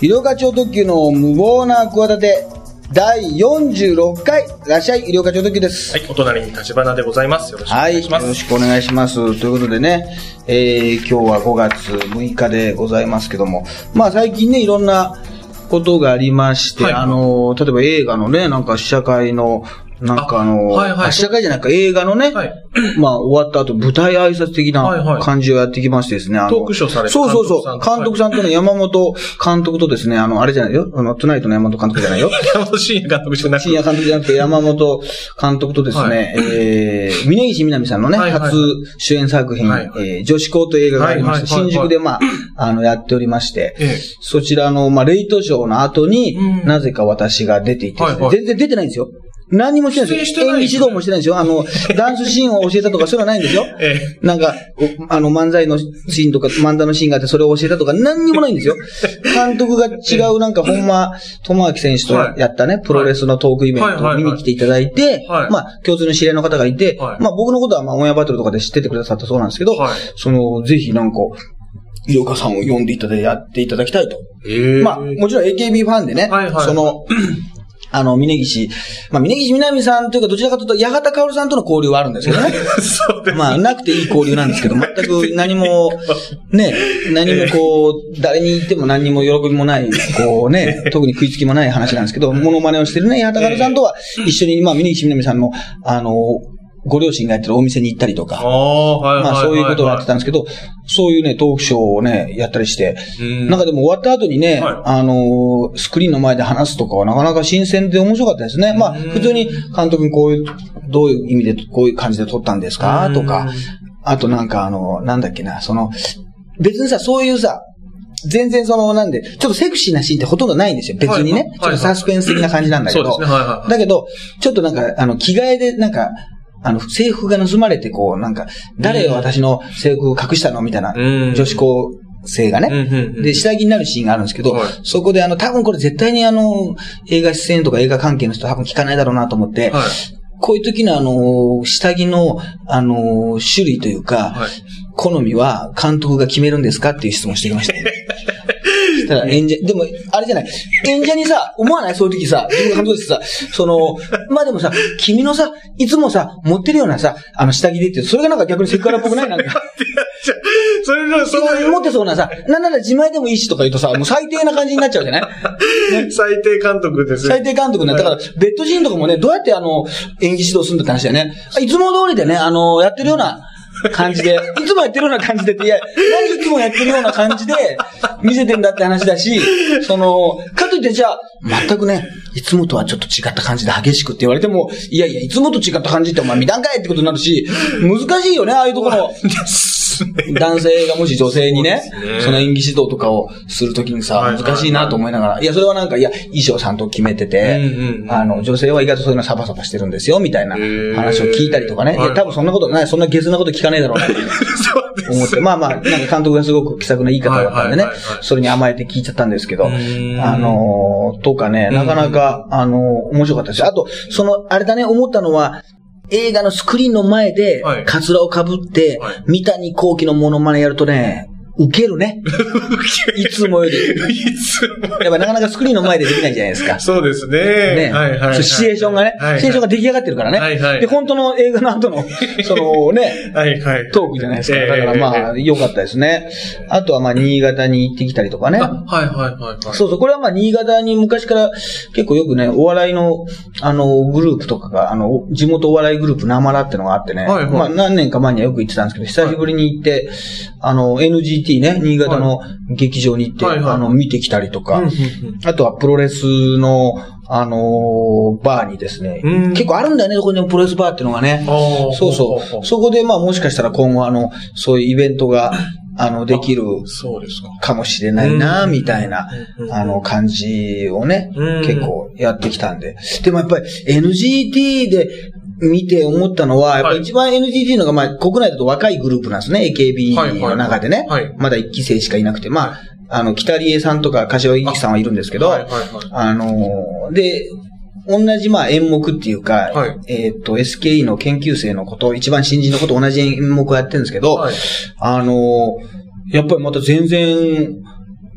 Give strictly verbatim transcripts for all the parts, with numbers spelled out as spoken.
医療課長特急の無謀な企てだいよんじゅうろっかい、いらっしゃい、医療課長特急です。 はい、お隣に立花でございます。よろしくお願いします。 はい、よろしくお願いします。ということでね、えー、今日はごがつむいかでございますけども、まあ最近ね、いろんなことがありまして、はい、あの、例えば映画のね、なんか試写会の、なんかあの、あ、はいはい、試写会じゃないか、映画のね、はい、まあ終わった後、舞台挨拶的な感じをやってきましてですね、 はいはい、あの、トークショーされてそうそうそう、監督さんとね、山本監督とですね、あの、あれじゃないよ、あの、トゥナイトの山本監督じゃないよ。 山本慎也監督じゃなくて。 慎也監督じゃなくて、山本監督とですね、はい、えー、峯岸みなみさんのね、はいはいはい、初主演作品、はいはい、えー、女子校という映画がありまして、はいはいはいはい、新宿でまあ、あの、やっておりまして、ええ、そちらの、まあ、レイトショーの後に、なぜか私が出ていて、はいはい、全然出てないんですよ。何もしてないですよ。演技指導もしてないんですよ。あの、ダンスシーンを教えたとかそういうのはないんですよ。ええ、なんか、あの、漫才のシーンとか、漫才のシーンがあってそれを教えたとか何にもないんですよ。監督が違うなんか、本間智明選手とやったね、はい、プロレスのトークイベントを見に来ていただいて、はい、まあ、共通の知り合いの方がいて、はい、まあ、僕のことはまあ、オンエアバトルとかで知っててくださったそうなんですけど、はい、その、ぜひなんか、医療家さんを呼んでいただいてやっていただきたいと。まあ、もちろん エーケービー ファンでね、はいはいはい、その、あの、峯岸、まあ、峯岸みなみさんというか、どちらかというと、八幡薫さんとの交流はあるんですけどね。そうです。まあ、なくていい交流なんですけど、全く何も、ね、何もこう、誰に言っても何にも喜びもない、こうね、特に食いつきもない話なんですけど、モノマネをしてるね、八幡薫さんとは一緒に、まあ、峯岸みなみさんの、あの、ご両親がやってるお店に行ったりとか、はいはいはいはい、まあそういうことをやってたんですけど、そういうね、トークショーをね、やったりして、なんかでも終わった後にね、はい、あの、スクリーンの前で話すとかはなかなか新鮮で面白かったですね。まあ普通に監督にこういう、どういう意味でこういう感じで撮ったんですかとか、あとなんかあの、なんだっけな、その、別にさ、そういうさ、全然その、なんで、ちょっとセクシーなシーンってほとんどないんですよ。別にね。はいはい、ちょっとサスペンス的な感じなんだけど。そうですね。はいはいはい、だけど、ちょっとなんか、あの、着替えでなんか、あの、制服が盗まれて、こう、なんか、誰が私の制服を隠したのみたいな、女子高生がね。で、下着になるシーンがあるんですけど、はい、そこであの、多分これ絶対にあの、映画出演とか映画関係の人多分聞かないだろうなと思って、はい、こういう時のあの、下着の、あの、種類というか、はい、好みは監督が決めるんですかっていう質問してきました。したら演者、でも、あれじゃない。演者にさ、思わないそういう時さ、自分が監督でさ、その、まあでもさ、君のさ、いつもさ、持ってるようなさ、あの、下着でって、それがなんか逆にセクハラっぽくないなんか。それの、その、持ってそうなさ、なんなら自前でもいいしとか言うとさ、もう最低な感じになっちゃうじゃない、ね、最低監督ですね。最低監督ね。だから、ベッドシーンとかもね、どうやってあの、演技指導するんだって話だよね。いつも通りでね、あの、やってるような、感じで、いつもやってるような感じでって、いや、何いつもやってるような感じで見せてんだって話だし、その、かといってじゃあ、全くね、いつもとはちょっと違った感じで激しくって言われても、いやいや、いつもと違った感じってお前見たんかいってことになるし、難しいよね、ああいうところ。男性がもし女性にね、その演技指導とかをするときにさ、難しいなと思いながら、いや、それはなんか、いや、衣装さんと決めてて、あの、女性は意外とそういうのサバサバしてるんですよ、みたいな話を聞いたりとかね。いや、多分そんなことない、そんなゲスなこと聞かねえだろうなって思って、まあまあ、なんか監督がすごく気さくな言い方だったんでね、それに甘えて聞いちゃったんですけど、あの、とかね、なかなか、あの、面白かったです。あと、その、あれだね、思ったのは、映画のスクリーンの前で、カツラを被って、はい、三谷幸喜のモノマネやるとね、ウケるね。いつもより。いつも。やっぱなかなかスクリーンの前でできないじゃないですか。 そうですね。 ね。はいはい、はい。そう、シチュエーションがね、はいはい、シチュエーションが出来上がってるからね。はいはい。で、本当の映画の後の、そのね、はいはい。トークじゃないですか。だからまあ、良かったですね。あとはまあ、新潟に行ってきたりとかね。 はいはいはいはい。 そうそう、これはまあ、新潟に昔から結構よくね、お笑いの、あの、グループとかが、あの、地元お笑いグループナマラってのがあってね。はいはい。まあ、何年か前にはよく行ってたんですけど、久しぶりに行って、あの、エヌジーティー ね、新潟の劇場に行って、はいはいはい、あの、見てきたりとか、うんうんうん、あとはプロレスの、あのー、バーにですね、結構あるんだよね、そこにプロレスバーっていうのがね。そうそう。そこでまあもしかしたら今後あの、そういうイベントが、あの、できるかもしれないな、みたいな、あの、感じをね、結構やってきたんで。でもやっぱり エヌジーティー で、見て思ったのは、やっぱり一番 エヌジーティー のが、まあ、国内だと若いグループなんですね。エーケービー の中でね。はいはいはい、まだ一期生しかいなくて。まあ、あの、北里江さんとか柏木さんはいるんですけど、あ,、はいはいはい、あの、で、同じ、まあ、演目っていうか、はい、えっと、エスケーイー の研究生のこと、一番新人のこと同じ演目をやってるんですけど、はい、あの、やっぱりまた全然、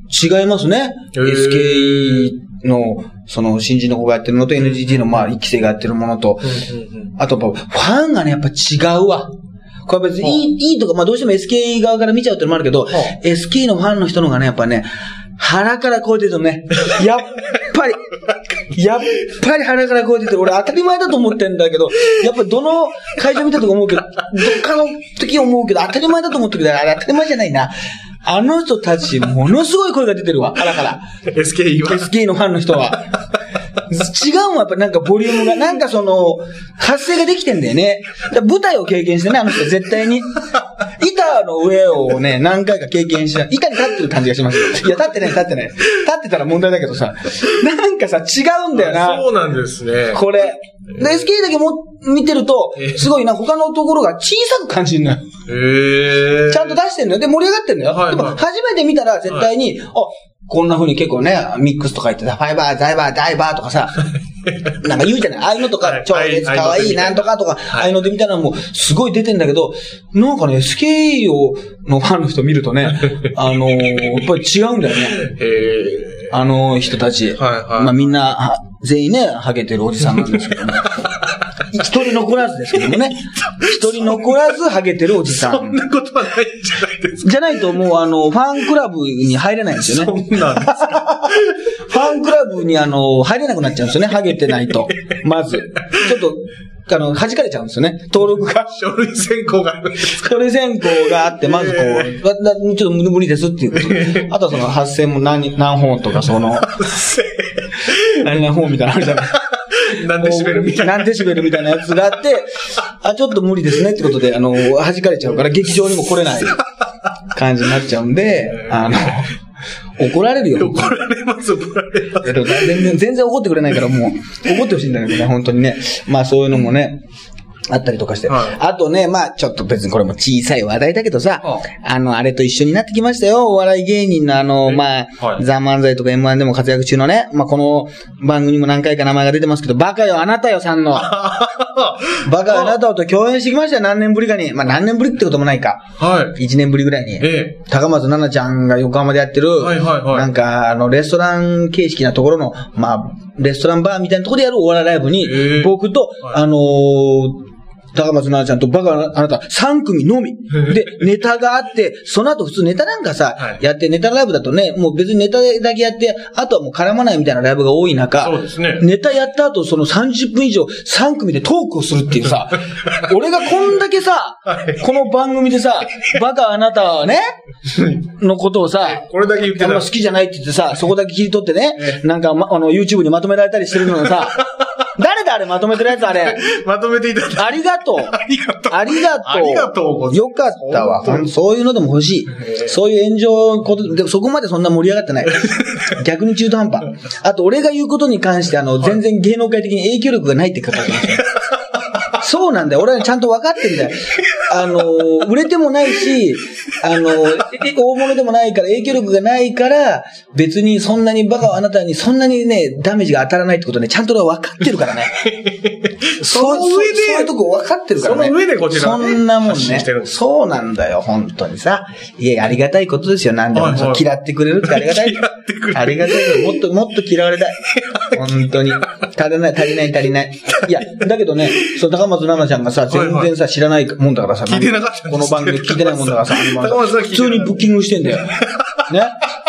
違いますね。エスケーイー の、その、新人の子がやってるのと エヌジーティー の、まあ、一期生がやってるものと、あと、ファンがね、やっぱ違うわ。これ別にいい、いいとか、まあ、どうしても エスケーイー 側から見ちゃうってのもあるけど、エスケーイー のファンの人のがね、やっぱね、腹から超えてるとね、やっぱり、やっぱり腹から超えてて、俺当たり前だと思ってんだけど、やっぱりどの会場見たとか思うけど、どっかの時思うけど、当たり前だと思ってるけど、あれ当たり前じゃないな。あの人たち、ものすごい声が出てるわ、腹から。 エスケーイー はエスケーイー のファンの人は。違うもん、やっぱなんかボリュームが、なんかその、活性ができてんだよね。舞台を経験してね、あの人絶対に。板の上をね、何回か経験した。板に立ってる感じがしますよ。いや、立ってない、立ってない。立ってたら問題だけどさ、なんかさ、違うんだよな。 そうなんですね。 これ。で、エスケーイー だけも見てると、すごいな、他のところが小さく感じるのよ。 へー。 ちゃんと出してんのよ。で、盛り上がってんのよ。はいはい、でも、初めて見たら絶対に、はい、あ、こんな風に結構ね、ミックスとか言ってさ、ファイバー、ザイバー、ダイバーとかさ、なんか言うじゃない。ああいうのとか、超絶かわいいなんとかとか、ああいうので見たらもう、すごい出てんだけど、なんかね、エスケーイー をのファンの人見るとね、あのー、やっぱり違うんだよね。へー。あの人たち。はいはい。まあみんな、全員ね、ハゲてるおじさんなんですけどね。一人残らずですけどもね。一人残らずハゲてるおじさん。 そんなことはないんじゃないですか。 じゃないともうあの、ファンクラブに入れないんですよね。 そんなんですか。 ファンクラブにあの、入れなくなっちゃうんですよね。ハゲてないと。まず。ちょっと、あの、弾かれちゃうんですよね。登録が。 書類選考があるんですか。 書類選考があって、まずこう、ちょっと無理ですっていうこと。あとはその発声も何、何本とかその、何何本みたいなのあるじゃない。 何デシベルみたいな。 何デシベルみたいなやつがあって、あ、ちょっと無理ですねってことで、あの、弾かれちゃうから劇場にも来れない感じになっちゃうんで、あの、怒られるよ。 怒られます、怒られます。 全然、全然怒ってくれないからもう、怒ってほしいんだけどね、本当にね。まあそういうのもね、あったりとかして。はい、あとね、まあちょっと別にこれも小さい話題だけどさ、あ, あの、あれと一緒になってきましたよ。お笑い芸人のあの、まあ、はい、ザ・漫才とか エムワン でも活躍中のね、まあこの番組にも何回か名前が出てますけど、バカよあなたよさんの、バカよあなたよと共演してきましたよ、何年ぶりかに。まあ何年ぶりってこともないか。はい。いちねんぶりぐらいに。ええ。高松菜奈ちゃんが横浜でやってる、はいはいはい。なんか、あの、レストラン形式なところの、まあ、レストランバーみたいなところでやるお笑いライブに、ええ、僕と、はい、あのー、高松菜奈ちゃんとバカあなたさん組のみ。で、ネタがあって、その後普通ネタなんかさ、はい、やって、ネタライブだとね、もう別にネタだけやって、あとはもう絡まないみたいなライブが多い中、 そうですね。 ネタやった後、そのさんじゅっぷん以上さん組でトークをするっていうさ、俺がこんだけさ、はい、この番組でさ、バカあなたはね、のことをさ、 これだけ言ってた好きじゃないって言ってさ、そこだけ切り取ってね、なんか、ま、あの、YouTube にまとめられたりしてるのをさ、誰だあれまとめてるやつあれ。 まとめていただいて。 ありがとう。 ありがとう。 ありがとう。 ありがとうございます。 よかったわ。そういうのでも欲しい。そういう炎上こと、でもそこまでそんな盛り上がってない。逆に中途半端。あと俺が言うことに関してあの、全然芸能界的に影響力がないって書かれてますよ。そうなんだよ。俺はちゃんと分かってるんだよ。あの、売れてもないし、あの、大物でもないから、影響力がないから、別にそんなにバカあなたにそんなにね、ダメージが当たらないってことね、ちゃんと俺は分かってるからね。 その上で、 そういうとこ分かってるからね。 その上でこちら、 ね、そんなもんね。そうなんだよ、本当にさ。いや、ありがたいことですよ、なんでも。はいはい、嫌ってくれるってありがたい。嫌ってくれる。ありがたいよ。もっと、もっと嫌われたい。本当に。足りない、足りない、足りない。いや、だけどね、そう、高松菜奈ちゃんがさ、全然さ、知らないもんだからさ、 聞いてなかったこの番組聞いてないもんだからさ、普通にブッキングしてんだよ。ね。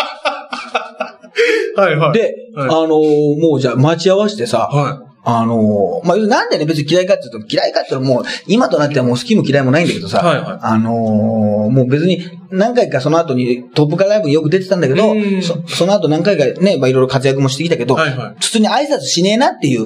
はいはい。 で、はい、あのー、もうじゃあ待ち合わせてさ、はい、あのー、まあ、なんでね、別に嫌いかって言うと、嫌いかって言うともう、今となってはもう好きも嫌いもないんだけどさ、はいはい、あのー、もう別に何回かその後にトップカーライブによく出てたんだけど、そ, その後何回かね、まあ、いろいろ活躍もしてきたけど、はいはい、普通に挨拶しねえなっていう、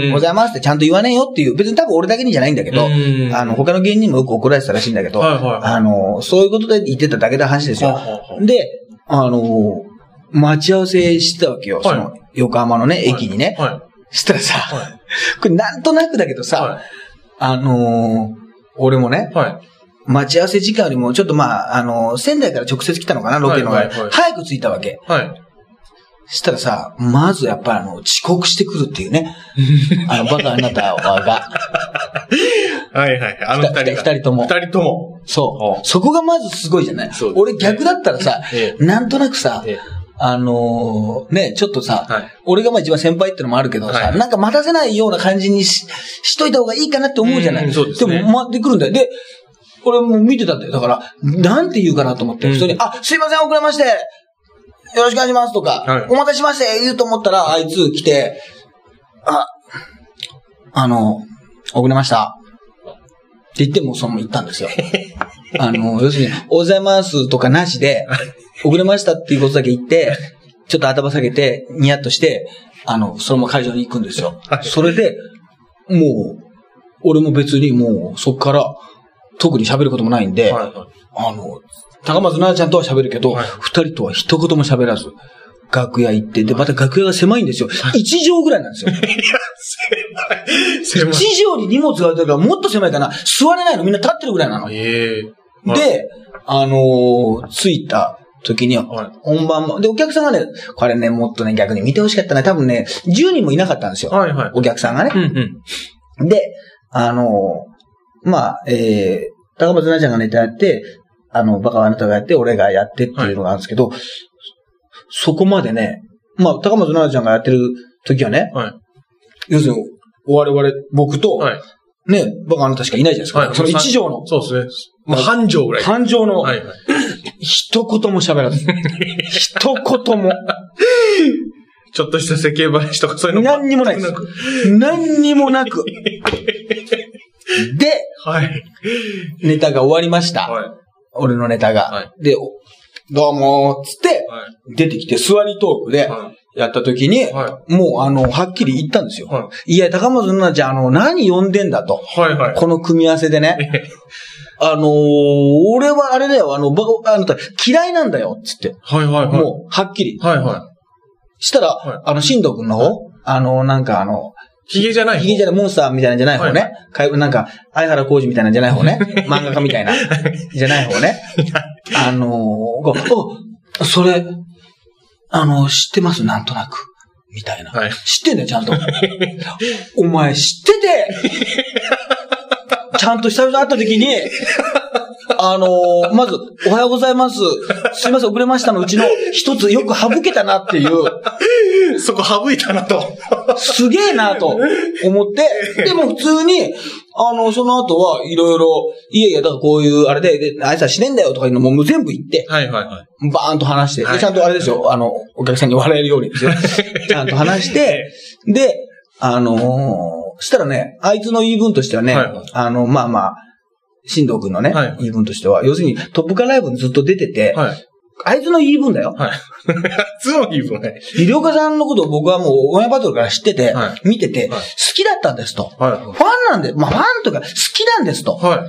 ございますってちゃんと言わねえよっていう、別に多分俺だけにじゃないんだけど、あの、他の芸人もよく怒られてたらしいんだけど、はいはい、あのー、そういうことで言ってただけの話ですよ。はいはいはい、で、あのー、待ち合わせしてたわけよ。はい、その、横浜のね、駅にね。はいはい、したらさ、はい、これなんとなくだけどさ、はい、あのー、俺もね、はい、待ち合わせ時間よりも、ちょっとまあ、あのー、仙台から直接来たのかな、ロケのが、はいはいはい。早く着いたわけ。はい。したらさ、まずやっぱりあの、遅刻してくるっていうね。あの、バカあなたが。 はいはい。あの二人が。 二人とも。 二人とも。 そう。そこがまずすごいじゃない。俺逆だったらさ、ええ、なんとなくさ、ええ、 あのー、ね、ちょっとさ、 はい、 俺がまあ一番先輩ってのもあるけどさ、はい、なんか待たせないような感じに し, しといた方がいいかなって思うじゃない。うん、そうですね。でも待ってくるんだよ。で、俺も見てたんだよ。だから、なんて言うかなと思って、うん、普通に、あ、すいません、遅れまして、よろしくお願いしますとか、はい、お待たせしまして言うと思ったら、あいつ来て、あ、あの、遅れました。って言ってもそのまま言ったんですよ。あの、要するに、おはようございますとかなしで、遅れましたっていうことだけ言って、ちょっと頭下げて、ニヤッとして、あの、そのまま会場に行くんですよ。はい、それで、もう、俺も別にもう、そっから、特に喋ることもないんで、はいはい、あの、高松菜奈ちゃんとは喋るけど、はい、二人とは一言も喋らず、楽屋行って、で、また楽屋が狭いんですよ。一畳ぐらいなんですよ。いや、狭い。一畳に荷物があるからもっと狭いかな。座れないのみんな立ってるぐらいなの。へー。で、あのー、着いた時に、はい、本番も、で、お客さんがね、これね、もっとね、逆に見てほしかったね。多分ね、じゅうにんもいなかったんですよ。はいはい、お客さんがね。うんうん、で、あのー、まあ、えー、高松菜奈ちゃんがネタやって、あの、バカはあなたがやって、俺がやってっていうのがあるんですけど、はい、そこまでね、まあ、高松菜奈ちゃんがやってる時はね、はい、要するに、我々、僕と、はい、ね、バカあなたしかいないじゃないですか。はい、その一畳の。 そうですね。まあ、半畳ぐらい。 半畳の、はいはい、一言も喋らず。一言も。 ちょっとした世間話とかそういうのも何にもないです。何にもなく。で、はい、ネタが終わりました。はい、俺のネタが。はい、で、どうもーつって、はい、出てきて座りトークでやった時に、はい、もうあの、はっきり言ったんですよ。はい、いや、高松菜奈ちゃん、あの、何呼んでんだと。はいはい、この組み合わせでね。あのー、俺はあれだよ、あの、ば、あなた嫌いなんだよ、つって。はいはいはい。もう、はっきり。はいはい。したら、はい、あの、新藤くんの方、はい、あの、なんかあの、 ヒゲじゃない方ヒゲじゃない、モンスターみたいなんじゃない方ね。はい、なんか、相原浩二みたいなんじゃない方ね。漫画家みたいな。じゃない方ね。あのー、お、それ、あの、知ってますなんとなく。みたいな。はい、知ってんだよ、ちゃんと。お前知ってて、ちゃんと久々会った時に、あのー、まず、おはようございます。すいません、遅れましたのうちの一つよく省けたなっていう。 そこ省いたなと。 すげえなと思って、でも普通に、あの、その後はいろいろ、いやいや、だからこういう、あれで、で、挨拶しねえんだよとかいうのももう全部言って、はいはいはい。バーンと話して、でちゃんとあれですよ、あの、お客さんに笑えるようにですよ。ちゃんと話して、で、あのー、したらね、あいつの言い分としてはね、はいはい、あの、まあまあ、新藤くんのね、はい、言い分としては、要するにトップカーライブにずっと出てて、はい、あいつの言い分だよ。はい。あいつの言い分ね。 医療家さんのことを僕はもうオンエアバトルから知ってて、はい、見てて、はい、好きだったんですと。はい、ファンなんで、まあファンとか好きなんですと。はい、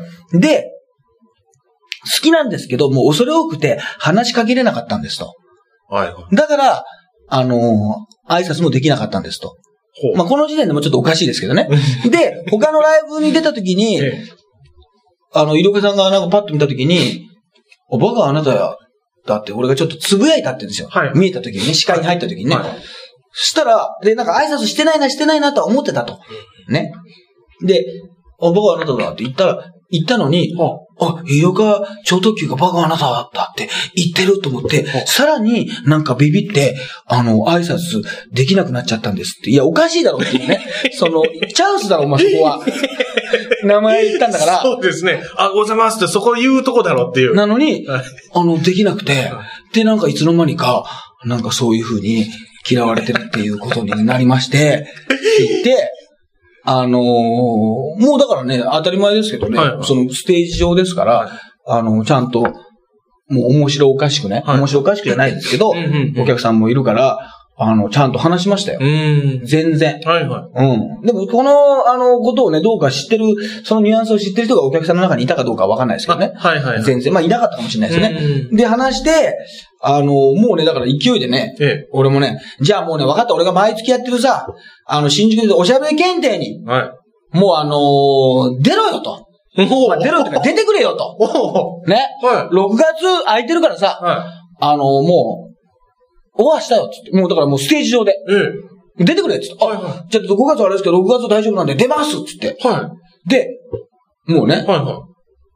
で、好きなんですけど、もう恐れ多くて話しかけれなかったんですと。はいはい、だから、あのー、挨拶もできなかったんですと。まあこの時点でもちょっとおかしいですけどね。で、他のライブに出た時に、ええ、あの、医療家さんがなんかパッと見た時に、おバカあなたや、だって俺がちょっとつぶやいたってんですよ。はい、見えた時にね、視界に入った時にね。はいはい、そしたら、で、なんか挨拶してないな、してないなとは思ってたと。ね。で、あ、バカあなただって言ったら、言ったのに、あ、あ、医療家超特急がバカあなただって言ってると思って、さらになんかビビって、あの、挨拶できなくなっちゃったんですって。いや、おかしいだろっていうね。その、チャンスだろ、お前そこは。名前言ったんだから。 そうですね。あ、おはようございますってそこ言うとこだろっていう。 なのに、あの、できなくて、で、なんかいつの間にか、なんかそういう風に嫌われてるっていうことになりまして、って言って、あのー、もうだからね、当たり前ですけどね、はいはい、そのステージ上ですから、はい、あの、ちゃんと、もう面白おかしくね、はい、面白おかしくじゃないですけど、うんうんうん、お客さんもいるから、あの、ちゃんと話しましたよ。うん、全然。はいはい。うん。でも、この、あの、ことをね、どうか知ってる、そのニュアンスを知ってる人がお客さんの中にいたかどうかはわかんないですけどね。はいはい、はい。全然。まあ、いなかったかもしれないですね。うん、で、話して、あの、もうね、だから勢いでね、ええ、俺もね、じゃあもうね、分かった、俺が毎月やってるさ、あの、新宿でおしゃべり検定に、はい、もうあのー、出ろよと。まあ、出ろよとか出てくれよと。ね。はい。ろくがつ空いてるからさ、はい、あのー、もう、オファーしたよっつって。もうだからもうステージ上で。ええ。出てくれっつって。はいはい。じゃあごがつはあれですけど、ろくがつ大丈夫なんで出ますっつって。はい。で、もうね。はいはい。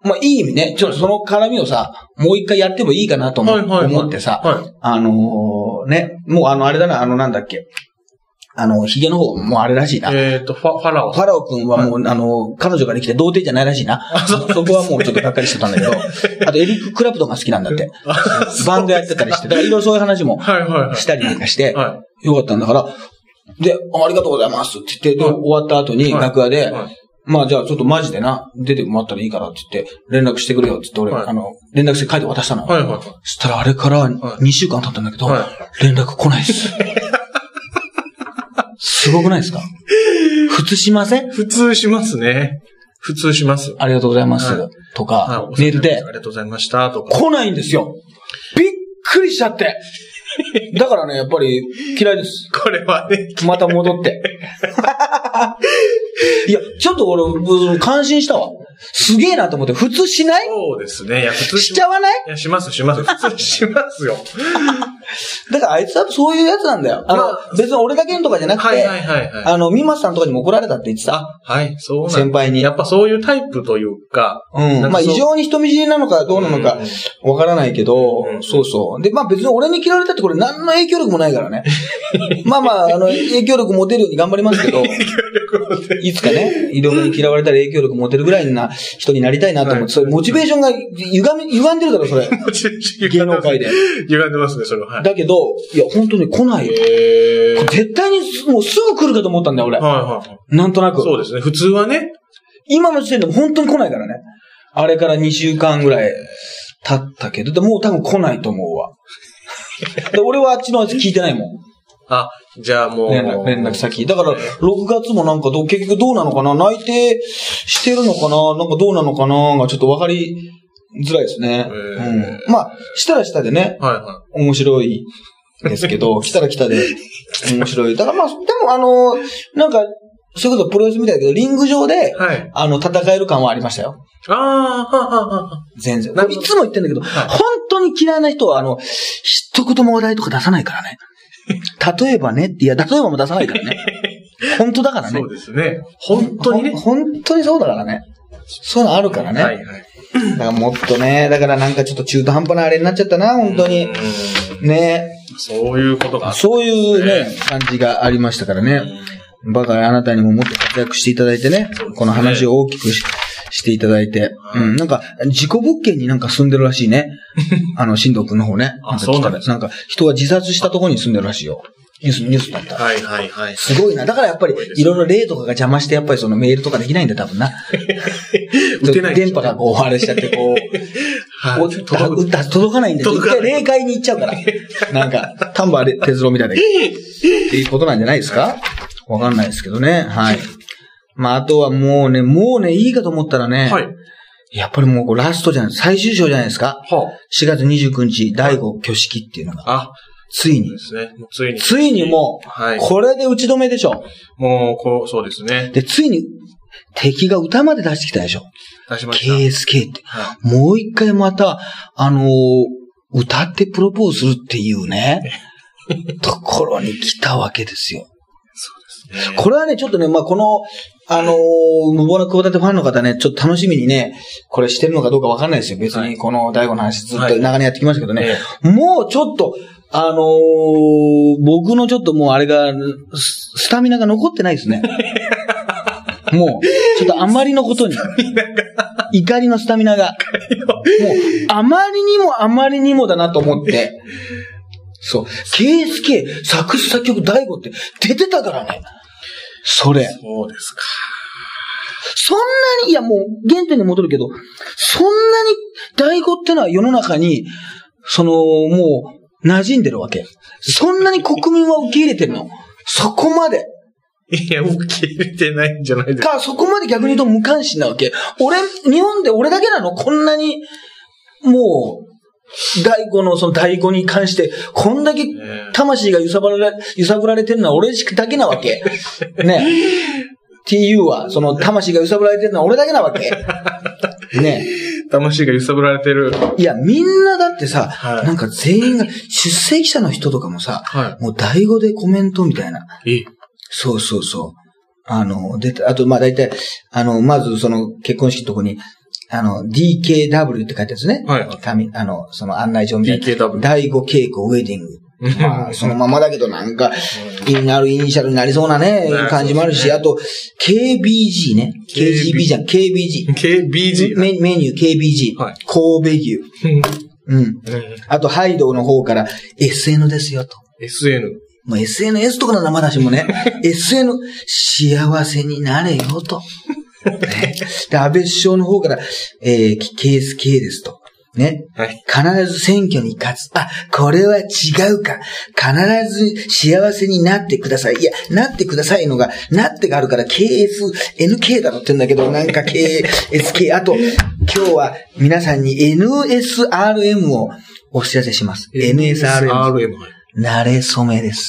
まあ、いい意味ね、ちょっとその絡みをさ、もう一回やってもいいかなと思,、はいはいはい、思ってさ、はい、あのー、ね、もうあの、あれだな、あの、なんだっけ。あの、ヒゲの方、もうあれらしいな。 えっと、ファ、ファラオ。 ファラオ君はもう、はい、あの、彼女ができて童貞じゃないらしいな。そ, そこはもうちょっとがっかりしてたんだけど、あとエリック・クラプトンが好きなんだって。バンドやってたりして、だからいろいろそういう話もしたりなんかして、はいはいはい、よかったんだから、で、ありがとうございますって言って、はい、終わった後に楽屋で、はいはい、まあじゃあちょっとマジでな、出てもらったらいいからって言って、連絡してくれよって言って俺、はい、あの、連絡して書いて渡したの。はいはいはい、そしたらあれからにしゅうかん経ったんだけど、はい、連絡来ないです。すごくないですか？普通しません？ 普通しますね。普通します。 ありがとうございます。はい、とか、はい、メールで。 ありがとうございました。とか。 来ないんですよ。びっくりしちゃって。だからね、やっぱり嫌いです。 これはね。 また戻って。いや、ちょっと俺、感心したわ。すげえなと思って、普通しない？ そうですね。いや、普通し、しちゃわない？ いや、します、します。普通しますよ。 だからあいつはそういうやつなんだよ。あの、まあ、別に俺だけのとかじゃなくて、はいはいはいはい、あの、ミマさんとかにも怒られたって言ってた。 あ、はい、そうなんだ。 先輩に。 やっぱそういうタイプというか。 うん。まあ、異常に人見知りなのかどうなのか、わからないけど、うんうん、そうそう。で、まあ別に俺に嫌われたってこれ何の影響力もないからね。まあまあ、あの、影響力持てるように頑張りますけど、いつかね、いろいろに嫌われたら影響力持てるぐらいな人になりたいなと思って、はい、それモチベーションが歪み、歪んでるだろ、それ。芸能界で。 歪んでますね、それは。はい、 だけど、いや、本当に来ないよ。絶対にもうすぐ来るかと思ったんだよ、俺。はいはいはい。なんとなく。 そうですね、普通はね。 今の時点でも本当に来ないからね。あれからにしゅうかんぐらい経ったけど、でもう多分来ないと思うわ。で俺はあっちのやつ聞いてないもん。 あ、じゃあもう。 連絡、連絡先。だから、ろくがつもなんかどう、結局どうなのかな、内定してるのかな、なんかどうなのかながちょっとわかりづらいですね。うん。まあ、したらしたでね。はいはい。面白いですけど、来たら来たで面白い。だからまあ、でもあの、なんか、それこそプロレスみたいだけど、リング上で、はい、あの、戦える感はありましたよ。ああ、ははは。全然。いつも言ってんだけど、はい、本当に嫌いな人は、あの、一言も話題とか出さないからね。例えばねって、いや、例えばも出さないからね。本当だからね。 そうですね。本当にね。 本当にそうだからね。そういうのあるからね。はいはい。だからもっとね、だからなんかちょっと中途半端なあれになっちゃったな、本当に。ね。 そういうことが。 そういうね、感じがありましたからね。バカあなたにももっと活躍していただいてね、この話を大きくし、していただいて、うん、なんか、事故物件になんか住んでるらしいね。あの、新藤くんの方ね。 あ、そうなんです。 なんか、人が自殺したところに住んでるらしいよ。ニュース、ニュースだった。 はいはいはい。 すごいな。だからやっぱり、いろいろ例とかが邪魔して、やっぱりそのメールとかできないんだ、多分な。打てない。電波がこう、あれしちゃって、こう、はい、届, 届かないんで、一回霊界に行っちゃうから。なんか、丹波哲郎みたいな。っていうことなんじゃないですか？わかんないですけどね。はい。まあ、あとはもうね、もうね、いいかと思ったらね。はい。やっぱりもうこうラストじゃない、最終章じゃないですか。はあ、しがつにじゅうくにち、だいご挙式っていうのが。あ、ついに。 ですね。もうついに。 ついにもう、はい。これで打ち止めでしょ。 もう、こう、そうですね。 で、ついに、敵が歌まで出してきたでしょ。 出しました。 ケーエスケー って。はい、もう一回また、あのー、歌ってプロポーズするっていうね、ところに来たわけですよ。そうですね。これはね、ちょっとね、まあ、この、あのー、無謀な久保田ファンの方ね、ちょっと楽しみにね、これしてるのかどうかわかんないですよ。別にこの大悟の話ずっと長年やってきましたけどね。はい、もうちょっと、あのー、僕のちょっともうあれが、スタミナが残ってないですね。もう、ちょっとあまりのことに。怒りのスタミナが。もう、あまりにもあまりにもだなと思って。そう。ケーエスケー 作詞作曲大悟って出てたからね。それ。 そうですか。 そんなに、いやもう原点に戻るけど、そんなに大悟ってのは世の中に、その、もう馴染んでるわけ。そんなに国民は受け入れてるの。そこまで。 いや、受け入れてないんじゃないですか。 か、そこまで逆に言うと無関心なわけ。俺、日本で俺だけなの？こんなに、もう、大悟のその大悟に関して、こんだけ魂が揺さぶられ、揺さぶられてるのは俺だけなわけ。ね。ティーユー は、その魂が揺さぶられてるのは俺だけなわけ。ね。 魂が揺さぶられてる。 いや、みんなだってさ、はい、なんか全員が、出席者の人とかもさ、はい、もう大悟でコメントみたいな。えそうそうそう。あの、で、あと、まあ大体、あの、まずその結婚式のとこに、 あの、ディーケーダブリュー って書いてあるんですね。 はいはい。 紙、あの、その案内状みたいな。 ディーケーダブリュー。 第五稽古ウェディング。まあ、そのままだけどなんか、気になるイニシャルになりそうなね、感じもあるし、あと、ケービージー ね。ケージービー じゃん、ケービージー。 ケービージーメ, メニュー ケービージー。はい。神戸牛。うん。あと、ハイドの方から エスエヌ ですよと。 エスエヌ。 もう エスエヌエス とかの生出しもね、エスエヌ、幸せになれよと。ね、で、安倍首相の方から、えー、ケース K ですと。ね。はい。必ず選挙に勝つ。あ、これは違うか。必ず幸せになってください。いや、なってくださいのが、なってがあるから ケーエスエヌケー だろって言うんだけど、なんか ケーエスケー。あと、今日は皆さんに エヌエスアールエム をお知らせします。エヌエスアールエム。慣れ初めです。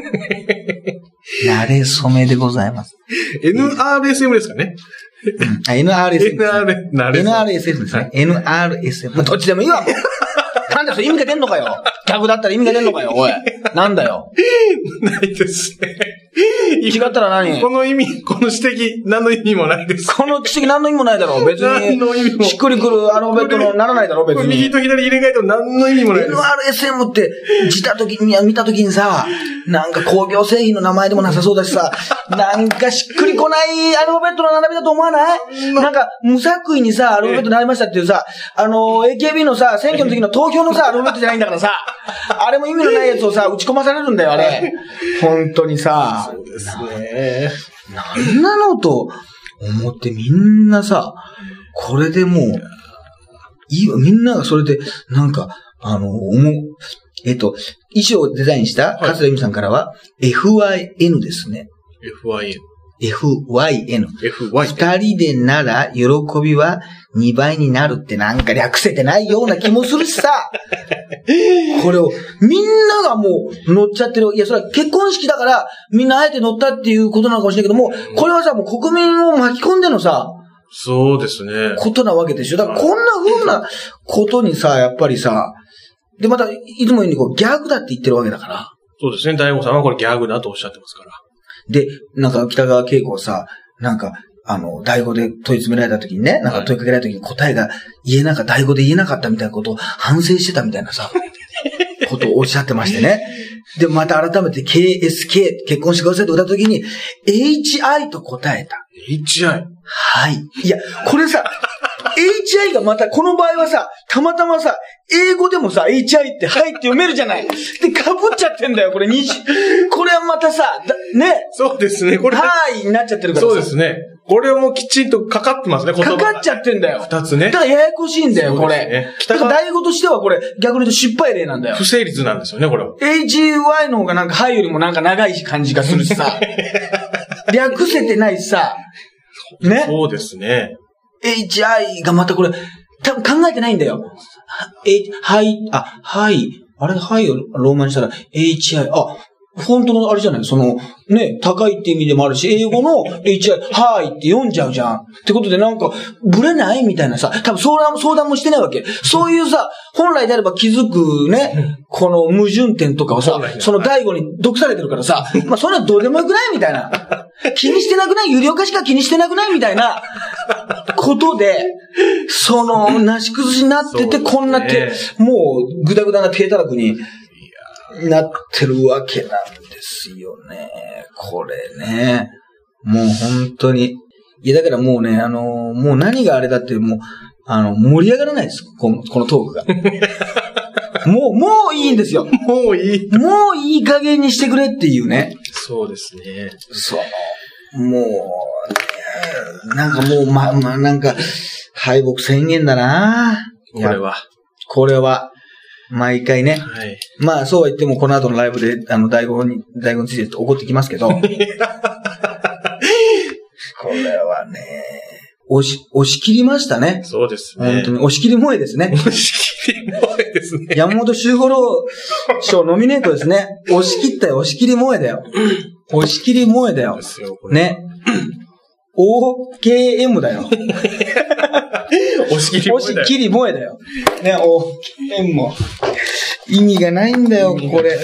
慣れ初めでございます。 エヌアールエスエム ですかね。 うん、あ、エヌアールエスエム。 エヌアールエスエム。 エヌアールエスエム ですね。エヌアールエスエム。どっちでもいいわ。なんだそれ意味が出んのかよ。逆だったら意味が出んのかよ、おい。なんだよ。 ないですね。 違ったら何？ この意味、この指摘、何の意味もないです。 この指摘何の意味もないだろう。別に。何の意味も。しっくりくるアルファベットのならないだろう、別に。 右と左入れ替えても何の意味もないです。 エヌアールエスエム って、見たときに、見たときにさ、なんか工業製品の名前でもなさそうだしさ、なんかしっくりこないアルファベットの並びだと思わない？なんか、無作為にさ、アルファベットになりましたっていうさ、あの、エーケービー のさ、選挙の時の投票のさ、アルファベットじゃないんだからさ、あれも意味のないやつをさ、打ち込まされるんだよ、あれ。本当にさ。 そうですね。 なんなのと思ってみんなさ、これでもう、いいわ、みんながそれで、なんか、あの、思う、えっと、衣装をデザインした桂由美さんからは、エフワイエヌ ですね。 エフワイエヌ。 エフワイエヌ。 エフワイエヌ。 二人でなら、喜びはにばいになるってなんか略せてないような気もするしさ。これを、みんながもう乗っちゃってる。いや、それは結婚式だから、みんなあえて乗ったっていうことなのかもしれないけども、これはさ、もう国民を巻き込んでのさ、 そうですね。 ことなわけでしょ。だからこんな風なことにさ、やっぱりさ、で、また、いつも言うようにこう、ギャグだって言ってるわけだから。 そうですね。大悟さんはこれギャグだとおっしゃってますから。 で、なんか北川景子をさ、なんか、あの、大語で問い詰められた時にね、なんか問いかけられた時に答えが言えなかった、大語で言えなかったみたいなことを反省してたみたいなさ、ことをおっしゃってましてね。で、また改めて ケーエスケー、結婚してくださいと歌った時に、エイチアイ と答えた。 エイチアイ？ はい。いや、これさ、エイチアイ がまた、この場合はさ、たまたまさ、英語でもさ、エイチアイ って、はいって読めるじゃない。で、被っちゃってんだよ、これ、にじ、これはまたさ、ね。 そうですね、これ。 はいになっちゃってるからさ。 そうですね。これもきちんとかかってますね、 言葉。かかっちゃってんだよ。 二つね。 だからややこしいんだよ、これ。 ね、 だから大語としてはこれ、逆に言うと失敗例なんだよ。 不成立なんですよね、これは。 エイチワイ の方がなんか、はいよりもなんか長い感じがするしさ。略せてないしさ。ね。 そうですね。 エイチアイ がまたこれ、多分考えてないんだよ。え、はい、あ、はい。あれ、はいをローマにしたら エイチアイ。あ、本当のあれじゃないその、ね、高いって意味でもあるし、英語の エイチアイ、はいって読んじゃうじゃん。ってことでなんか、ブレないみたいなさ、多分相談、相談もしてないわけ。そういうさ、本来であれば気づくね、この矛盾点とかをさ、その大悟に毒されてるからさ、まあそれはどうでもよくないみたいな。気にしてなくない有料化しか気にしてなくないみたいなことで、その、なし崩しになってて、こんなて、もう、ぐだぐだな低たらくに、なってるわけなんですよね。これね。もう本当に。いやだからもうね、あの、もう何があれだってもう、あの、盛り上がらないです。この、このトークが。もう、もういいんですよ。 もういい。 もういい加減にしてくれっていうね。 そうですね。 そう。もう、ね、なんかもう、ま、ま、なんか、敗北宣言だなこれは。 これは。毎回ね。 はい。 まあ、そうは言っても、この後のライブで、あの、大悟に、大悟について怒ってきますけど。これはね、押し、押し切りましたね。 そうですね。 本当に、押し切り萌えですね。 押し切り萌えですね。 山本周五郎賞ノミネートですね。押し切ったよ、押し切り萌えだよ。押し切り萌えだよ。ですよね。オーケーエム だよ。 押し切り萌えだよ。 押し切り萌えだよ。ね、オーケーエム も。意味がないんだよ、これ。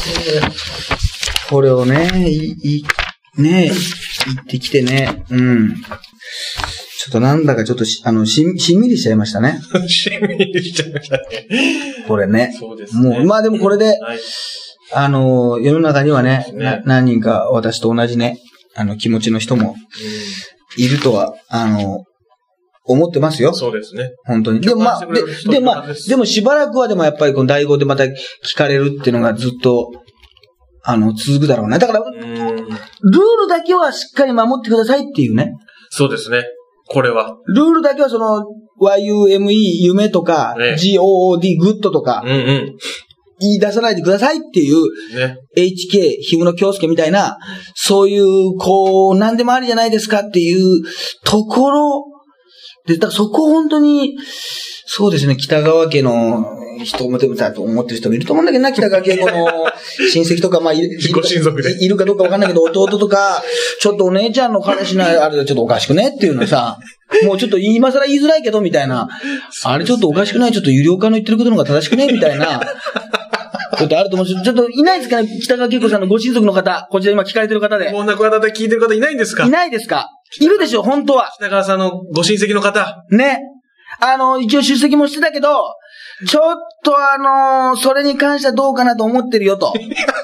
これをね、い、い、ね、言ってきてね。うん。 ちょっとなんだかちょっとし、あの、しん、しんみりしちゃいましたね。 しんみりしちゃいましたね。 これね。 そうですね。 もう、まあでもこれで、はい、あの、世の中にはね、 ね何人か私と同じね、あの、気持ちの人も、いるとは、あの、思ってますよ。 そうですね。 本当に。でもまあ、で、でまあ、でもしばらくはでもやっぱりこの第五でまた聞かれるっていうのがずっと、あの、続くだろうね。だから、ルールだけはしっかり守ってくださいっていうね。 そうですね。これは。 ルールだけはその、ワイユーエムイー、夢とか、ね、ジーオーオーディー、グッドとか、 うんうん、 言い出さないでくださいっていう、 ね、 エイチケー、ひむの京介みたいな、そういう、こう、何でもありじゃないですかっていうところ、で、だからそこ本当に、そうですね、北川家の人もでもさ、と思ってる人もいると思うんだけどな、北川家この親戚とか、まあ、いる、 ご親族で。 いるかどうかわかんないけど、弟とか、ちょっとお姉ちゃんの彼氏のあれはちょっとおかしくねっていうのさ、もうちょっと今更言いづらいけど、みたいな、あれちょっとおかしくない、ちょっと有料化の言ってることの方が正しくねみたいな、ちょっとあると思うんですけど、ちょっといないですかね、北川景子さんのご親族の方、こちら今聞かれてる方で。 こんな方で聞いてる方いないんですか？ いないですか？いるでしょ、本当は。 北川さんのご親戚の方。 ね。あの、一応出席もしてたけど、ちょっとあのー、それに関してはどうかなと思ってるよと。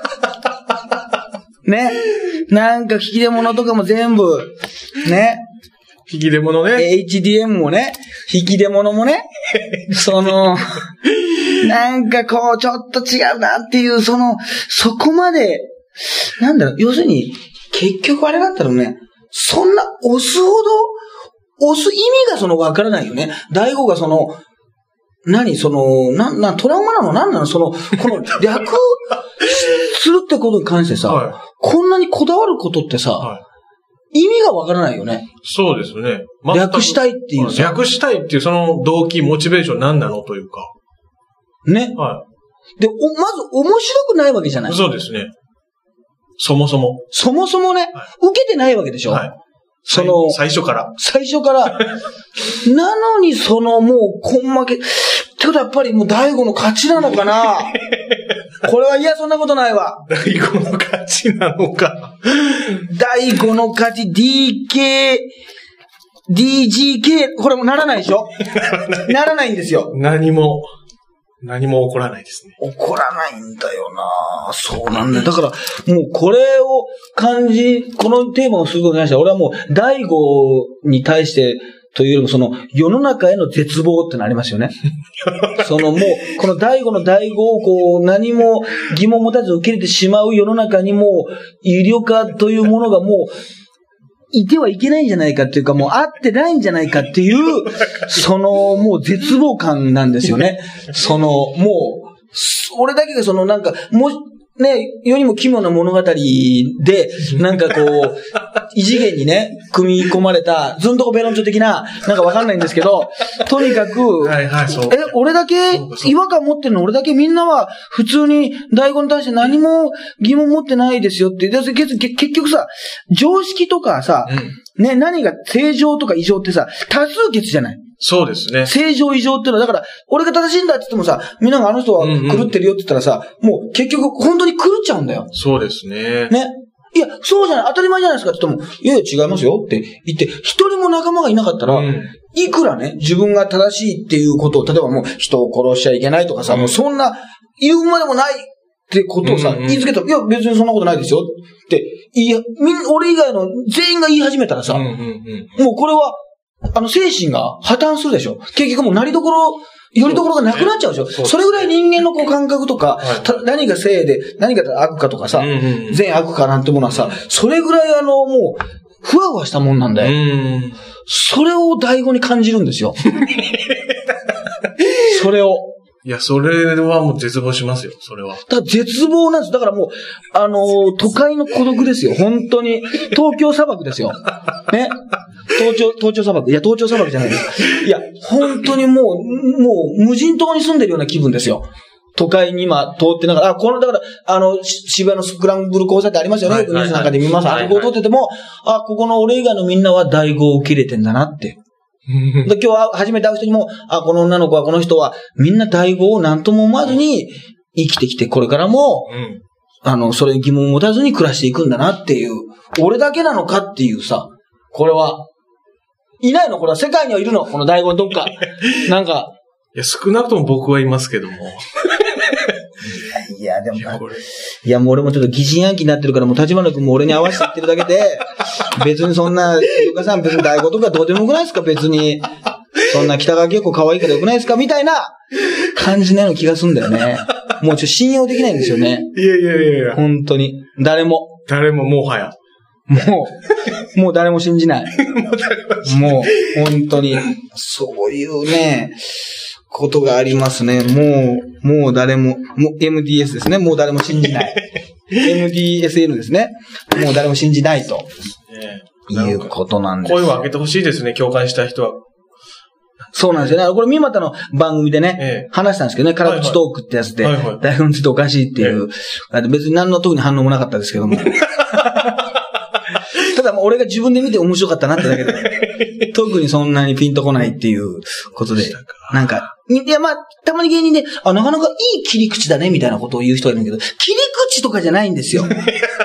ね。なんか、引き出物とかも全部、ね。 引き出物ね。 エイチディーエム もね、引き出物もね、その、なんかこう、ちょっと違うなっていう、その、そこまで、なんだろう、要するに、結局あれだったらね、そんな押すほど、押す意味がそのわからないよね。大悟がその、何その、な、な、トラウマなの何なのその、この略するってことに関してさ、はい、こんなにこだわることってさ、はい、意味がわからないよね。 そうですね。 略したいっていうさ。 略したいっていうその動機、モチベーション何なのというか。 ね。 はい。 で、お、まず面白くないわけじゃない。 そうですね。そもそも。 そもそもね、はい、受けてないわけでしょ。はい。その、 最初から。 最初から。なのに、その、もう、こんまけ、ってことはやっぱりもう、大悟の勝ちなのかなこれは、いや、そんなことないわ。 大悟の勝ちなのか。 大悟の勝ち、ディーケー、ディージーケー、これもならないでしょならないんですよ。 何も。何も起こらないですね。 起こらないんだよな。そうなんだよ。だから、もうこれを感じ、このテーマをすることに関しては、俺はもう、大悟に対してというよりも、その、世の中への絶望ってのありますよね。そのもう、この大悟の大悟をこう、何も疑問を持たず受け入れてしまう世の中にも、有料化というものがもう、いてはいけないんじゃないかっていうか、もうあってないんじゃないかっていう、その、もう絶望感なんですよね。その、もう、俺だけがそのなんか、もう、ね、世にも奇妙な物語で、なんかこう、異次元にね、組み込まれた、ずんどこベロンチョ的な、なんかわかんないんですけど、とにかく、 はいはい、そう。 え、俺だけ違和感持ってるの俺だけみんなは普通に大悟に対して何も疑問持ってないですよって。結局さ、常識とかさ、うん、ね、何が正常とか異常ってさ、多数決じゃない。 そうですね。 正常異常っていうのは、だから、俺が正しいんだって言ってもさ、みんながあの人は狂ってるよって言ったらさ、うんうん、もう結局本当に狂っちゃうんだよ。 そうですね。 ね。いや、そうじゃない、当たり前じゃないですかって言っても、いやいや違いますよって言って、一人も仲間がいなかったら、うん、いくらね、自分が正しいっていうことを、例えばもう人を殺しちゃいけないとかさ、うん、もうそんな、言うまでもないってことをさ、うんうん、言いつけたら、いや別にそんなことないですよって言い、みん、俺以外の全員が言い始めたらさ、うんうんうん、もうこれは、あの、精神が破綻するでしょ。結局もうなりどころ、よりどころがなくなっちゃうでしょ。そ, それぐらい人間のこう感覚とか、はい、何が正で、何が悪かとかさ、うんうん、善悪かなんてものはさ、それぐらいあの、もう、ふわふわしたもんなんだよ。うんそれを醍醐に感じるんですよ。それを。 いや、それはもう絶望しますよ、それは。 だから絶望なんです。だからもう、あのー、都会の孤独ですよ、本当に。東京砂漠ですよ。ね。東京、東京砂漠。いや、東京砂漠じゃないです。いや、本当にもう、もう、無人島に住んでるような気分ですよ。都会に今通ってながら、あ、この、だから、あの、渋谷のスクランブル交差点ありますよね。ニュースなんかで見ます。あそこを通ってても、あ、ここの俺以外のみんなは醍醐を受け入れてんだなって。で今日は初めて会う人にも、あ、この女の子はこの人は、みんな醍醐を何とも思わずに生きてきて、これからも、うん、あの、それに疑問を持たずに暮らしていくんだなっていう、俺だけなのかっていうさ、これは、 いないのこれは世界にはいるのこの大根どっか。なんか。 いや、少なくとも僕はいますけども。 いや、でも、いや、いやもう俺もちょっと疑心暗鬼になってるから、もう立花君も俺に合わせてってるだけで、別にそんな、ゆかさん別に大根とかどうでもよくないですか別に。そんな北川結構可愛いからよくないですかみたいな感じなような気がするんだよね。もうちょっと信用できないんですよね。 いやいやいやいや。 本当に。誰も。 誰ももはや。 もう、もう誰も信じない。もう、本当に。そういうね、ことがありますね。もう、もう誰も、もう エムディーエス ですね。もう誰も信じない。エムディーエスエヌ ですね。もう誰も信じないと。いうことなんです。 声を上げてほしいですね、共感した人は。 そうなんですよね。これ、三股の番組でね、ええ、話したんですけどね、辛口トークってやつで、はいはい、大根についておかしいっていう、ええ、別に何の特に反応もなかったですけども。ただ、俺が自分で見て面白かったなってだけで、特にそんなにピンとこないっていうことで、なんか、いや、まあ、たまに芸人で、あ、なかなかいい切り口だね、みたいなことを言う人がいるんだけど、切り口とかじゃないんですよ。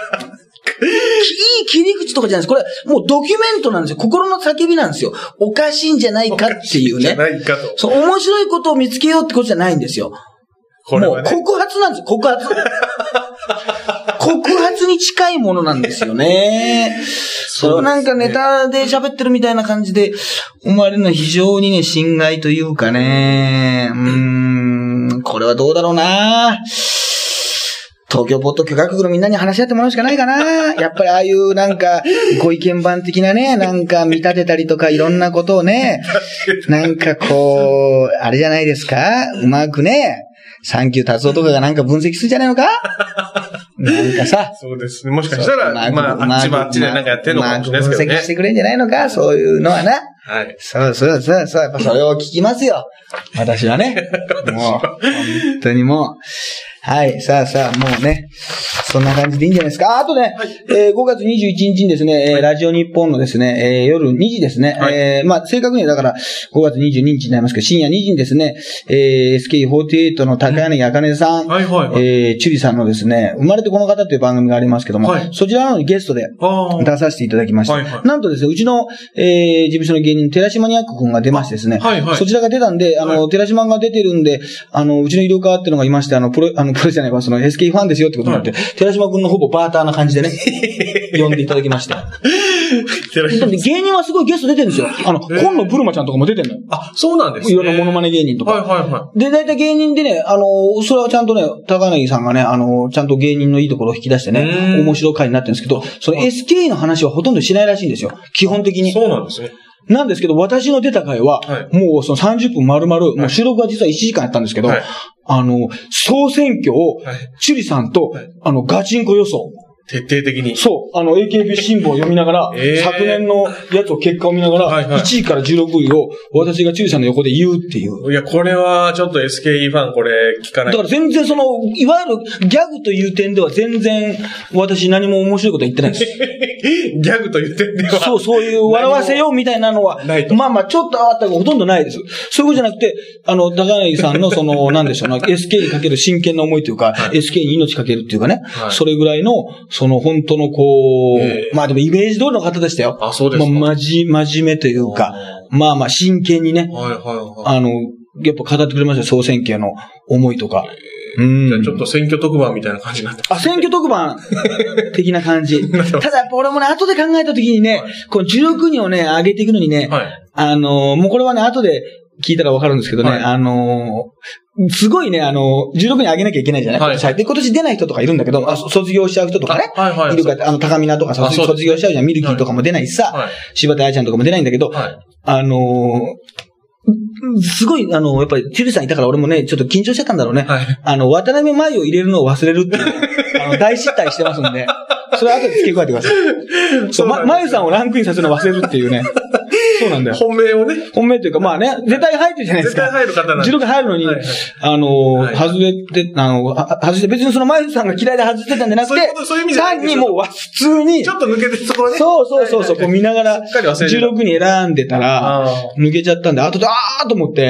いい切り口とかじゃないです。これ、もうドキュメントなんですよ。心の叫びなんですよ。おかしいんじゃないかっていうね。 じゃないかと。 そう、面白いことを見つけようってことじゃないんですよ。これはね、もう告発なんですよ、告発。告発に近いものなんですよね。それをなんかネタで喋ってるみたいな感じで思われるのは非常にね、侵害というかね。うーん、これはどうだろうな。東京ポッド許可局のみんなに話し合ってもらうしかないかな。やっぱりああいうなんかご意見番的なね、なんか見立てたりとかいろんなことをね、なんかこう、あれじゃないですか、うまくね、サンキュー達夫とかがなんか分析するんじゃないのかなんかさ。 そうですね。もしかしたら、まあ、あっちもあっちでなんかやってんのかもしれないですけどね。 分析してくれんじゃないのか、そういうのはな。 はい。 そうそうそうそう、やっぱそれを聞きますよ。私はね。もう、本当にもう。はい。さあさあ、もうね。そんな感じでいいんじゃないですか。あ、あとね、はい、えー、ごがつにじゅういちにちにですね、えー、ラジオ日本のですね、えー、夜にじですね、はい、えー、まあ、正確にはだから、ごがつにじゅうににちになりますけど、深夜にじにですね、えー、エスケーフォーティーエイト の高柳あかねさん、はいはいはい、えー、チュリさんのですね、生まれてこの方という番組がありますけども、はい、そちらのにゲストで出させていただきました。はいはい、なんとですね、うちの、えー、事務所の芸人、寺島にゃっこくんが出ましてですね、はいはい、そちらが出たんで、あの、はい、寺島が出てるんで、あの、うちの医療科っていうのがいまして、あの、プロ、あの、プロじゃないか、その エスケー ファンですよってことになって、はい、寺島くんのほぼバーターな感じでね、呼んでいただきました。芸人はすごいゲスト出てるんですよ。あの、今野ブルマちゃんとかも出てるのよ。 あ、そうなんですね。 いろんなモノマネ芸人とか。 はいはいはい。 で、大体芸人でね、あの、それはちゃんとね、高柳さんがね、あの、ちゃんと芸人のいいところを引き出してね、面白い回になってるんですけど、その エスケー の話はほとんどしないらしいんですよ。基本的に。 そうなんですね。 なんですけど、私の出た回は、はい、もうそのさんじゅっぷん丸々、はい、もう収録は実はいちじかんやったんですけど、はい、あの、総選挙を、はい、チュリさんと、はい、あの、ガチンコ予想。 徹底的に。 そう。あの、エーケービー 新聞を読みながら、えー、昨年のやつを結果を見ながら、はいはい、いちいからじゅうろくいを私がチュリさんの横で言うっていう。 いや、これはちょっと エスケーイー ファンこれ聞かない。 だから全然その、いわゆるギャグという点では全然私何も面白いこと言ってないです。 ギャグという点では。 そう、そういう笑わせようみたいなのは、ないと。まあまあ、ちょっとあったがほとんどないです。そういうことじゃなくて、あの、高柳さんのその、なんでしょうね、エスケー にかける真剣な思いというか、はい、エスケー に命かけるっていうかね、はい、それぐらいの、その本当のこう、えー、まあでもイメージ通りの方でしたよ。 あ、そうですか。 まあ、まじ、真面目というか、まあまあ真剣にね、 はいはいはい、 あの、やっぱ語ってくれましたよ、総選挙の思いとか。 えー、うん。じゃあちょっと選挙特番みたいな感じになってます、 ね。あ、選挙特番的な感じ。ただやっぱ俺もね、後で考えたときにね、はい、このじゅうろくにんをね、上げていくのにね、はい、あの、もうこれはね、後で聞いたらわかるんですけどね、はい、あの、すごいね、あの、じゅうろくにん上げなきゃいけないじゃない、はい、で、今年出ない人とかいるんだけど、卒業しちゃう人とかね、はいはい、いるから、あの、高見菜とかさ、卒業しちゃうじゃん、ミルキーとかも出ないしさ、はい、柴田愛ちゃんとかも出ないんだけど、はい、あのー、すごい、あの、やっぱり、チュリさんいたから俺もね、ちょっと緊張しちゃったんだろうね。はい、あの、渡辺舞を入れるのを忘れるっていう、あの、大失態してますんで、それ後で付け加えてください。そう、ま、まゆさんをランクインさせるのを忘れるっていうね。そうなんだよ。 本命をね。 本命というか、まあね、絶対入ってるじゃないですか。 絶対入る方なんで。 じゅうろく入るのに、はいはい、あの、はい、外れて、あの、外して、別にそのまゆさんが嫌いで外してたんじゃなくて、そういうこと、そういう意味じゃない単にもう普通に、 ちょっと抜けてそこね。 そうそうそうそう、はいはい、こう見ながら、じゅうろくに選んでたら、抜けちゃったんで、後で、あーと思って、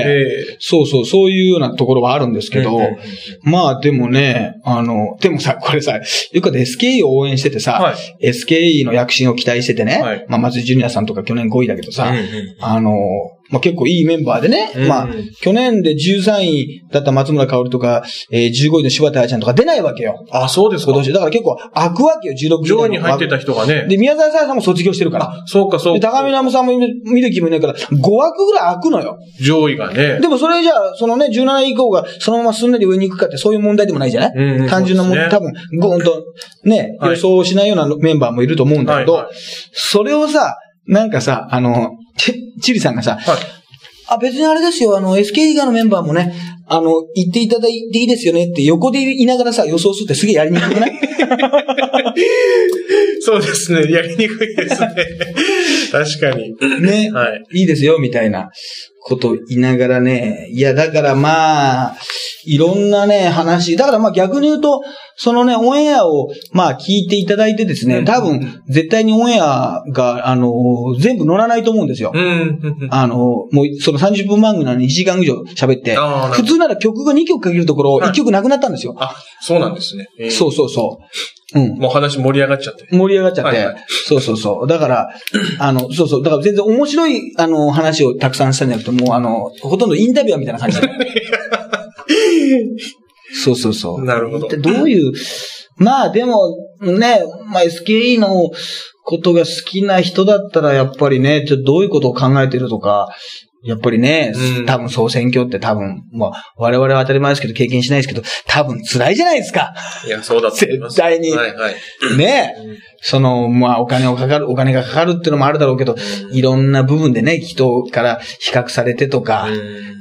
そうそう、そういうようなところはあるんですけど、まあでもね、あの、でもさ、これさ、よく エスケーイー を応援しててさ、はい、エスケーイー の躍進を期待しててね、はい、まあ松井ジュニアさんとか去年ごいだけどさ、うん、 あの、まあ、結構いいメンバーでね、うん、まあ、去年でじゅうさんいだった松村香織とか、えー、じゅうごいの柴田彩ちゃんとか出ないわけよ。 あ、そうですか。 今年。だから結構開くわけよ、じゅうろくい。 上位に入ってた人がね。 で、宮沢さんも卒業してるから。 あ、そうか、そうか。 で、高見直さんも見る気もいないから、ごわくぐらい開くのよ。 上位がね。 でもそれじゃあ、そのね、じゅうなない以降がそのまますんなり上に行くかってそういう問題でもないじゃない、うんうん、単純なもん、ね、多分、ゴーンとね、はい、予想しないようなメンバーもいると思うんだけど、はいはい、それをさ、なんかさ、あの、チ, チリさんがさ、はい、あ、別にあれですよ、あの、エスケー 以外のメンバーもね、あの、言っていただいていいですよねって横で言いながらさ、予想するってすげえやりにくくないそうですね、やりにくいですね。確かに。 ね、はい。いいですよ、みたいなこと言いながらね、いや、だからまあ、いろんなね、話、だからまあ逆に言うと、そのね、オンエアを、まあ聞いていただいてですね、多分、絶対にオンエアが、あの、全部乗らないと思うんですよ。あの、もう、そのさんじゅっぷん番組なのにいちじかん以上喋って、普通なら曲がにきょくかけるところ、いっきょくなくなったんですよ。 あ、そうなんですね。 えー、そうそうそう。うん。 もう話盛り上がっちゃって。 盛り上がっちゃって。はいはい、そうそうそう。だから、あの、そうそう。だから全然面白い、あの、話をたくさんしたんじゃなくて、もう、あの、ほとんどインタビュアーみたいな感じで。そうそうそう。 なるほど。 どういう、まあでも、ね、まあ エスケーイー のことが好きな人だったら、やっぱりね、ちょっとどういうことを考えてるとか、やっぱりね、うん、多分総選挙って多分、まあ、我々は当たり前ですけど、経験しないですけど、多分辛いじゃないですか。 いや、そうだと思います。 絶対に。 はいはい。 ね、うん、その、まあ、お金をかかる、お金がかかるっていうのもあるだろうけど、うん、いろんな部分でね、人から比較されてとか、うん、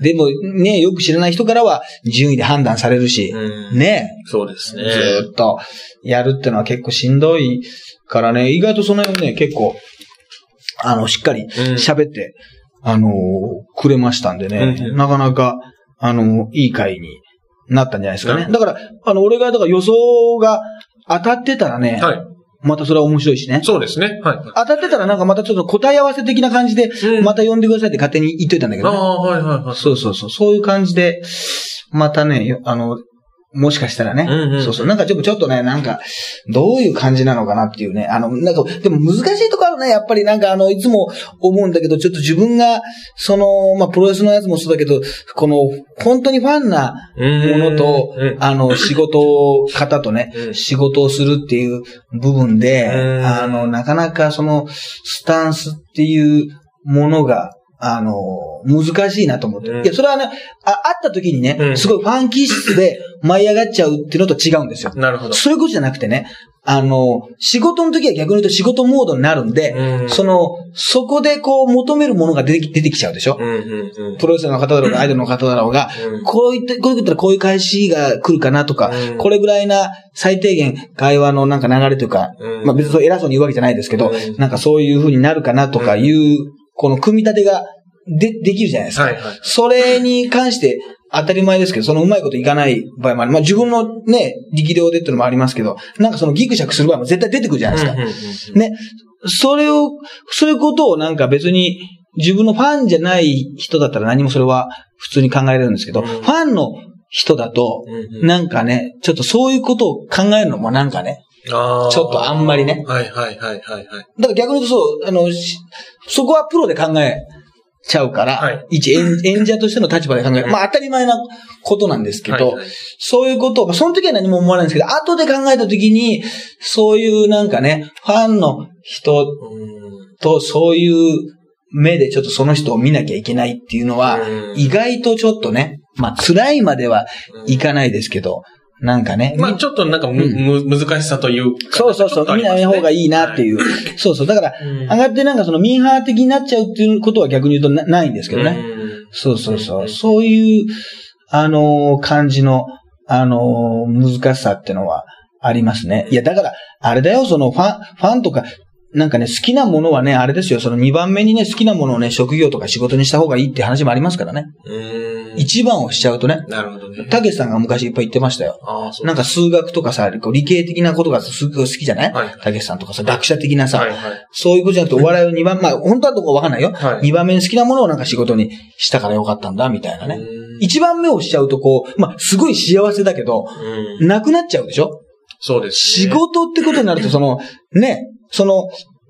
でもね、よく知らない人からは順位で判断されるし、うん、ね。 そうですね。 ずっとやるっていうのは結構しんどいからね、意外とその辺ね、結構、あの、しっかり喋って、うん、あのー、くれましたんでね、うん、なかなか、あのー、いい回になったんじゃないですかね。だから、あの、俺が、だから予想が当たってたらね、はい、またそれは面白いしね。 そうですね。はい。 当たってたらなんかまたちょっと答え合わせ的な感じで、また呼んでくださいって勝手に言っといたんだけどね。 ああ、はいはいはい。 そうそうそう。そういう感じで、またね、あの、もしかしたらね、うんうん、そうそう。なんかちょっとちょっとね、なんか、どういう感じなのかなっていうね。あの、なんか、でも難しいとこあるね。やっぱりなんかあの、いつも思うんだけど、ちょっと自分が、その、まあ、プロレスのやつもそうだけど、この、本当にファンなものと、うんうん、あの、仕事方とね、うん、仕事をするっていう部分で、うん、あの、なかなかその、スタンスっていうものが、あの、難しいなと思って。うん、いや、それはね、あ、会った時にね、うん、すごいファン気質で舞い上がっちゃうっていうのと違うんですよ。 なるほど。 そういうことじゃなくてね、あの、仕事の時は逆に言うと仕事モードになるんで、うん、その、そこでこう求めるものが出てき、出てきちゃうでしょ、うんうんうん、プロレスラーの方だろうが、アイドルの方だろうが、うん、こういった、こういったらこういう返しが来るかなとか、うん、これぐらいな最低限会話のなんか流れというか、うん、まあ別にそう偉そうに言うわけじゃないですけど、うん、なんかそういう風になるかなとかいう、うんこの組み立てがで、できるじゃないですか。はいはい。それに関して当たり前ですけど、そのうまいこといかない場合もある。まあ自分のね、力量でっていうのもありますけど、なんかそのギクシャクする場合も絶対出てくるじゃないですか。うんうんうんうん、ね。それを、そういうことをなんか別に自分のファンじゃない人だったら何もそれは普通に考えられるんですけど、うん、ファンの人だと、なんかね、ちょっとそういうことを考えるのもなんかね、 あちょっとあんまりね。 はいはいはいはい、はい。だから逆に言うとそう、あの、そこはプロで考えちゃうから、はい、一演, 演者としての立場で考える。まあ当たり前なことなんですけど、はいはい、そういうことを、その時は何も思わないんですけど、後で考えた時に、そういうなんかね、ファンの人とそういう目でちょっとその人を見なきゃいけないっていうのは、意外とちょっとね、まあ辛いまではいかないですけど、なんかね。 まあちょっとなんかむ、うん、難しさというか。 そうそうそう。見ない方がいいなっていう。はい、そうそう。だから、うん、上がってなんかそのミーハー的になっちゃうっていうことは逆に言うと な, ないんですけどね。うん、そうそうそう。うん、そういう、あのー、感じの、あのー、難しさってのはありますね。いや、だから、あれだよ、そのファン、ファンとか、なんかね、好きなものはね、あれですよ、そのにばんめにね、好きなものをね、職業とか仕事にした方がいいって話もありますからね。うーん一番をしちゃうとね。 なるほどね。 たけしさんが昔いっぱい言ってましたよ。ああ、そう。なんか数学とかさ、理系的なことがすごい好きじゃない？はい。たけしさんとかさ、学者的なさ、はいはい。そういうことじゃなくて、お笑いをにばん、まあ、本当はどこわかんないよ。はい。にばんめに好きなものをなんか仕事にしたからよかったんだ、みたいなね。いちばんめをしちゃうとこう、まあ、すごい幸せだけど、なくなっちゃうでしょ？ そうです、 ね。仕事ってことになると、その、ね、その、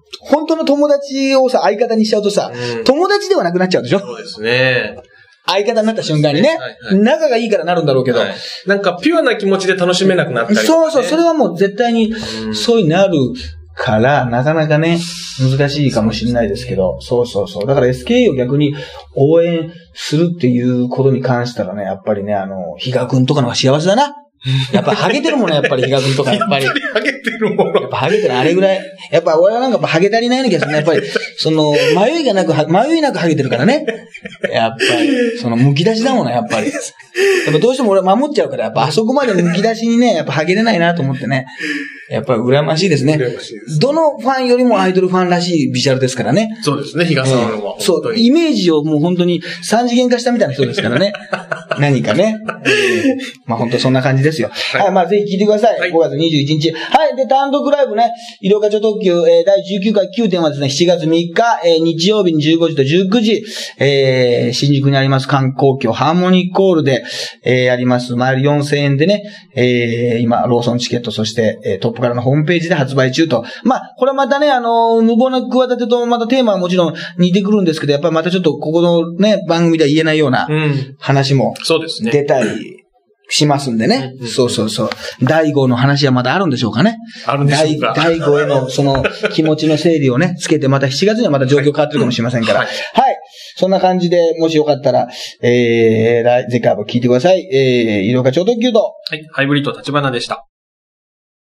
本当の友達をさ、相方にしちゃうとさ、うん、友達ではなくなっちゃうでしょ？ そうですね。 相方になった瞬間にね、はいはい、仲がいいからなるんだろうけど、はい、 なんかピュアな気持ちで楽しめなくなったりとか、ね。 そうそう、それはもう絶対にそうになるから、なかなかね、難しいかもしれないですけど、そうそうそう。だから エスケーイー を逆に応援するっていうことに関したらね、やっぱりね、あの、比嘉くんとかの方が幸せだな。やっぱハゲてるものやっぱり比嘉くんとかやっぱり。やっぱりハゲてるもの。 やっぱハゲてるあれぐらい。やっぱ俺はなんかハゲ足りないような気がするね。やっぱり、その、迷いがなく、迷いなくハゲてるからね。やっぱり、その、剥き出しだもんな、やっぱり。やっぱどうしても俺は守っちゃうから、やっぱあそこまで剥き出しにね、やっぱハゲれないなと思ってね。やっぱり羨ましいですね。 羨ましいです。 どのファンよりもアイドルファンらしいビジュアルですからね。 そうですね、比嘉さんは、えー。 そう、イメージをもう本当に三次元化したみたいな人ですからね。何かね。えー、まあ本当そんな感じですよ。はい、はい、まあぜひ聞いてください。はい、ごがつにじゅういちにち。はい。で、単独ライブね、医療課長特急、えー、だいじゅうきゅうかいきゅうてんはですね、しちがつみっか、えー、日曜日にじゅうごじとじゅうくじ、えー、新宿にあります観光協ハーモニックホールで、えー、あります。マイルよんせんえんでね、えー、今、ローソンチケット、そして、えー、トップからのホームページで発売中と。まあ、これまたね、あの、無謀な企てとまたテーマはもちろん似てくるんですけど、やっぱりまたちょっとここのね、番組では言えないような話も出たりしますんでね。うん、そうそうそう。だいごの話はまだあるんでしょうかね。 あるんでしょうか。 だいごへのその気持ちの整理をね、つけてまたしちがつにはまた状況変わってるかもしれませんから。はい。はい、そんな感じで、もしよかったら、えー、次回も聞いてください。えー、医療課長特急と。 はい。ハイブリッド立花でした。